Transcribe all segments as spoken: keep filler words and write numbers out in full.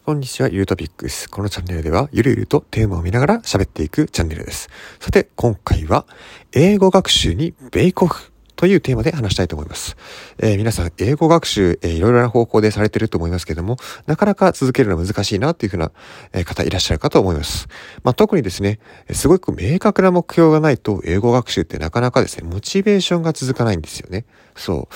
こんにちは、ゆるトピックです。このチャンネルでは、ゆるゆるとテーマを見ながら喋っていくチャンネルです。さて、今回は、英語学習にベイクオフというテーマで話したいと思います。えー、皆さん、英語学習、えー、いろいろな方向でされていると思いますけども、なかなか続けるのは難しいなというふうな、えー、方いらっしゃるかと思います。まあ、特にですね、すごく明確な目標がないと、英語学習ってなかなかですね、モチベーションが続かないんですよね。そう。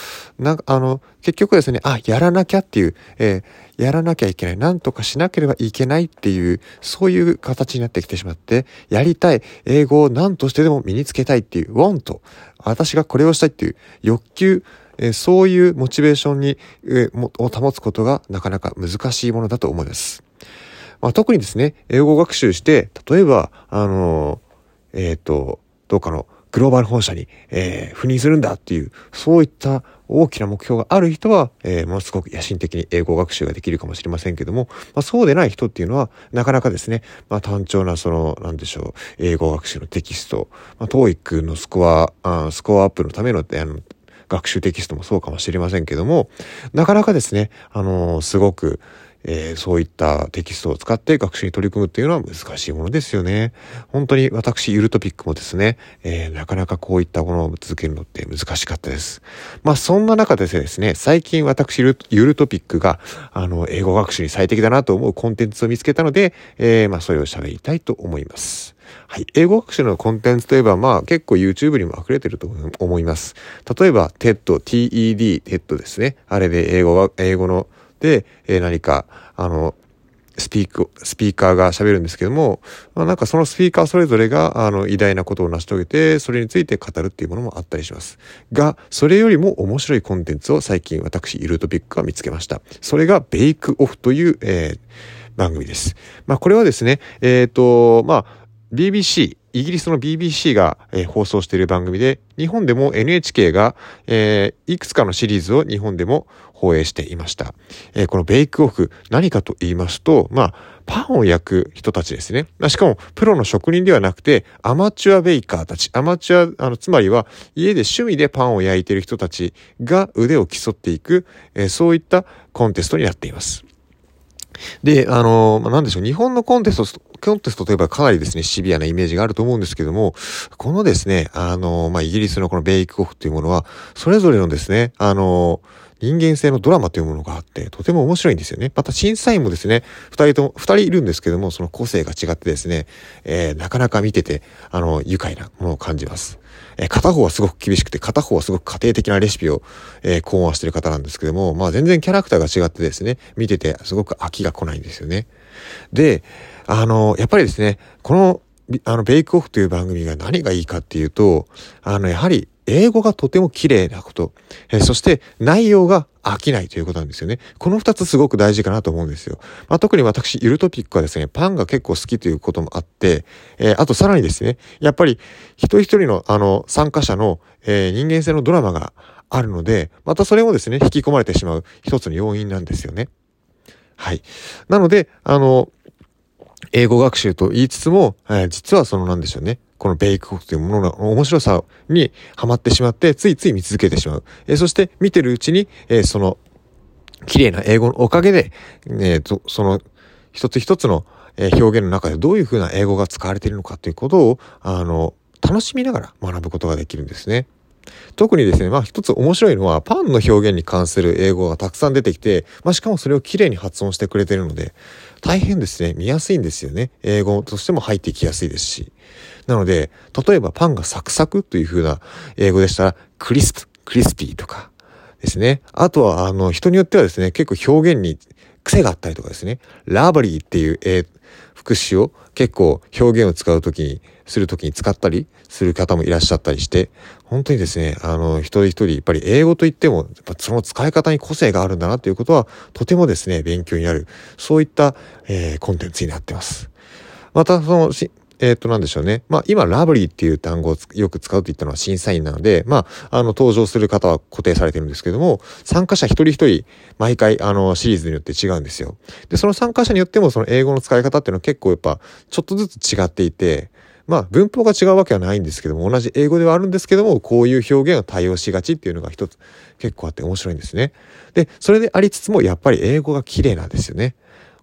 なんか、あの、結局ですね、あ、やらなきゃっていう、えー、やらなきゃいけない、なんとかしなければいけないっていう、そういう形になってきてしまって、やりたい、英語を何としてでも身につけたいっていう、want、私がこれをしたいっていう欲求、えー、そういうモチベーションに、えー、もを保つことがなかなか難しいものだと思います。まあ、特にですね、英語学習して、例えば、あのー、えっと、どうかの、グローバル本社に、えー、赴任するんだっていう、そういった大きな目標がある人は、えー、ものすごく野心的に英語学習ができるかもしれませんけども、まあ、そうでない人っていうのは、なかなかですね、まあ、単調な、その、なんでしょう、英語学習のテキスト、まあ、トーイック のスコア、あスコアアップのための、あの、学習テキストもそうかもしれませんけども、なかなかですね、あのー、すごく、えー、そういったテキストを使って学習に取り組むっていうのは難しいものですよね。本当に私ゆるトピックもですね、えー、なかなかこういったものを続けるのって難しかったです。まあそんな中でですね、最近私ゆる、ゆるトピックがあの英語学習に最適だなと思うコンテンツを見つけたので、えー、まあそれを喋りたいと思います。はい。英語学習のコンテンツといえば、まあ結構 YouTube にも溢れてると思います。例えば テッド、ティーイーディー、テッドですね。あれで英語が、英語ので、えー、何か、あの、スピーク、スピーカーが喋るんですけども、まあ、なんかそのスピーカーそれぞれが、あの、偉大なことを成し遂げて、それについて語るっていうものもあったりします。が、それよりも面白いコンテンツを最近私、ゆるトピックが見つけました。それが、ベイクオフという、えー、番組です。まあ、これはですね、えっと、まあ、ビービーシー、イギリスの ビービーシー が、えー、放送している番組で、日本でも エヌエイチケー が、えー、いくつかのシリーズを日本でも放映していました。えー、このベイクオフ、何かと言いますと、まあ、パンを焼く人たちですね。まあ、しかも、プロの職人ではなくて、アマチュアベイカーたち、アマチュア、あの、つまりは、家で趣味でパンを焼いている人たちが腕を競っていく、えー、そういったコンテストになっています。で、あの、まあ、なんでしょう、日本のコンテスト、コンテストといえばかなりですね、シビアなイメージがあると思うんですけども、このですね、あの、まあ、イギリスのこのベイクオフというものは、それぞれのですね、あの、人間性のドラマというものがあって、とても面白いんですよね。また審査員もですね、二人とも、二人いるんですけども、その個性が違ってですね、えー、なかなか見てて、あの、愉快なものを感じます。えー、片方はすごく厳しくて、片方はすごく家庭的なレシピを、えー、考案している方なんですけども、まあ全然キャラクターが違ってですね、見ててすごく飽きが来ないんですよね。で、あの、やっぱりですね、この、あの、ベイクオフという番組が何がいいかっていうと、あの、やはり、英語がとても綺麗なこと、えー、そして内容が飽きないということなんですよね。この二つすごく大事かなと思うんですよ。まあ、特に私、ゆるトピックはですね、パンが結構好きということもあって、えー、あとさらにですね、やっぱり一人一人のあの参加者の、えー、人間性のドラマがあるので、またそれもですね、引き込まれてしまう一つの要因なんですよね。はい。なので、あの、英語学習と言いつつも、えー、実はそのなんでしょうね。このベイクオフというものの面白さにハマってしまって、ついつい見続けてしまう。えー、そして見てるうちに、えー、その綺麗な英語のおかげで、えー、とその一つ一つの表現の中でどういうふうな英語が使われているのかということを、あの、楽しみながら学ぶことができるんですね。特にですね、まあ一つ面白いのはパンの表現に関する英語がたくさん出てきて、まあしかもそれをきれいに発音してくれているので、大変ですね、見やすいんですよね。英語としても入ってきやすいですし。なので、例えばパンがサクサクという風な英語でしたら、クリスプ、クリスピーとかですね。あとは、あの、人によってはですね、結構表現に癖があったりとかですね、ラバリーっていう、えー、副詞を結構表現を使うときに、するときに使ったりする方もいらっしゃったりして、本当にですね、あの、一人一人、やっぱり英語といっても、やっぱその使い方に個性があるんだなということは、とてもですね、勉強になる、そういった、えー、コンテンツになってます。また、その、えっと、なんでしょうね。まあ、今、ラブリーっていう単語をよく使うと言ったのは審査員なので、まあ、あの、登場する方は固定されてるんですけども、参加者一人一人、毎回、あの、シリーズによって違うんですよ。で、その参加者によっても、その英語の使い方っていうのは結構やっぱ、ちょっとずつ違っていて、まあ、文法が違うわけはないんですけども、同じ英語ではあるんですけども、こういう表現を対応しがちっていうのが一つ結構あって面白いんですね。で、それでありつつも、やっぱり英語が綺麗なんですよね。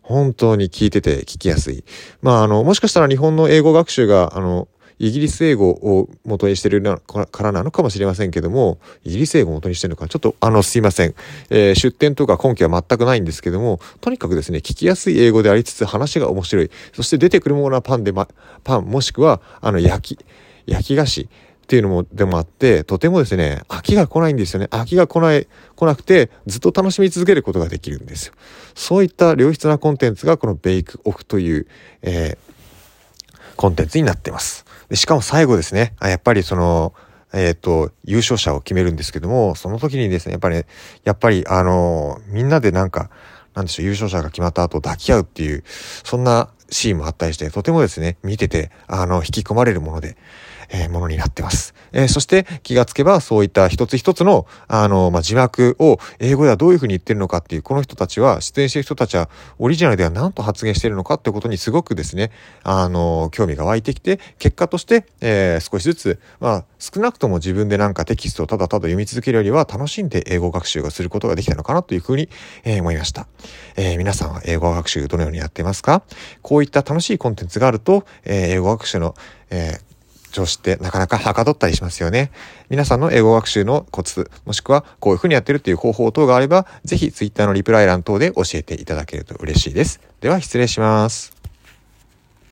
本当に聞いてて聞きやすい。まあ、あの、もしかしたら日本の英語学習が、あの、イギリス英語を元にしてるなからなのかもしれませんけども、イギリス英語を元にしてるのか、ちょっとあのすいません、えー、出典とか根拠は全くないんですけども、とにかくですね、聞きやすい英語でありつつ話が面白い、そして出てくるものはパンで、ま、パンもしくはあの焼き焼き菓子っていうのもでもあって、とてもですね、飽きが来ないんですよね。飽きが来ない来なくてずっと楽しみ続けることができるんですよ。そういった良質なコンテンツがこのベイクオフという、えー、コンテンツになっています。でしかも最後ですね、やっぱりその、えっと、優勝者を決めるんですけども、その時にですね、やっぱり、ね、やっぱり、あの、みんなでなんか、なんでしょう、優勝者が決まった後抱き合うっていう、そんなシーンもあったりして、とてもですね、見てて、あの、引き込まれるもので、えー、ものになってます。えー、そして気がつけばそういった一つ一つの、あの、まあ、字幕を英語ではどういうふうに言ってるのかっていう、この人たちは、出演している人たちはオリジナルでは何と発言しているのかっていうことにすごくですね、あの、興味が湧いてきて、結果として、えー、少しずつ、まあ、少なくとも自分でなんかテキストをただただ読み続けるよりは楽しんで英語学習がすることができたのかなというふうに、えー、思いました。えー、皆さんは英語学習どのようにやっていますか？こういった楽しいコンテンツがあると、えー、英語学習の、えー調子ってなかなかはかどったりしますよね。皆さんの英語学習のコツ、もしくはこういうふうにやってるっていう方法等があれば、ぜひツイッターのリプライ欄等で教えていただけると嬉しいです。では失礼します。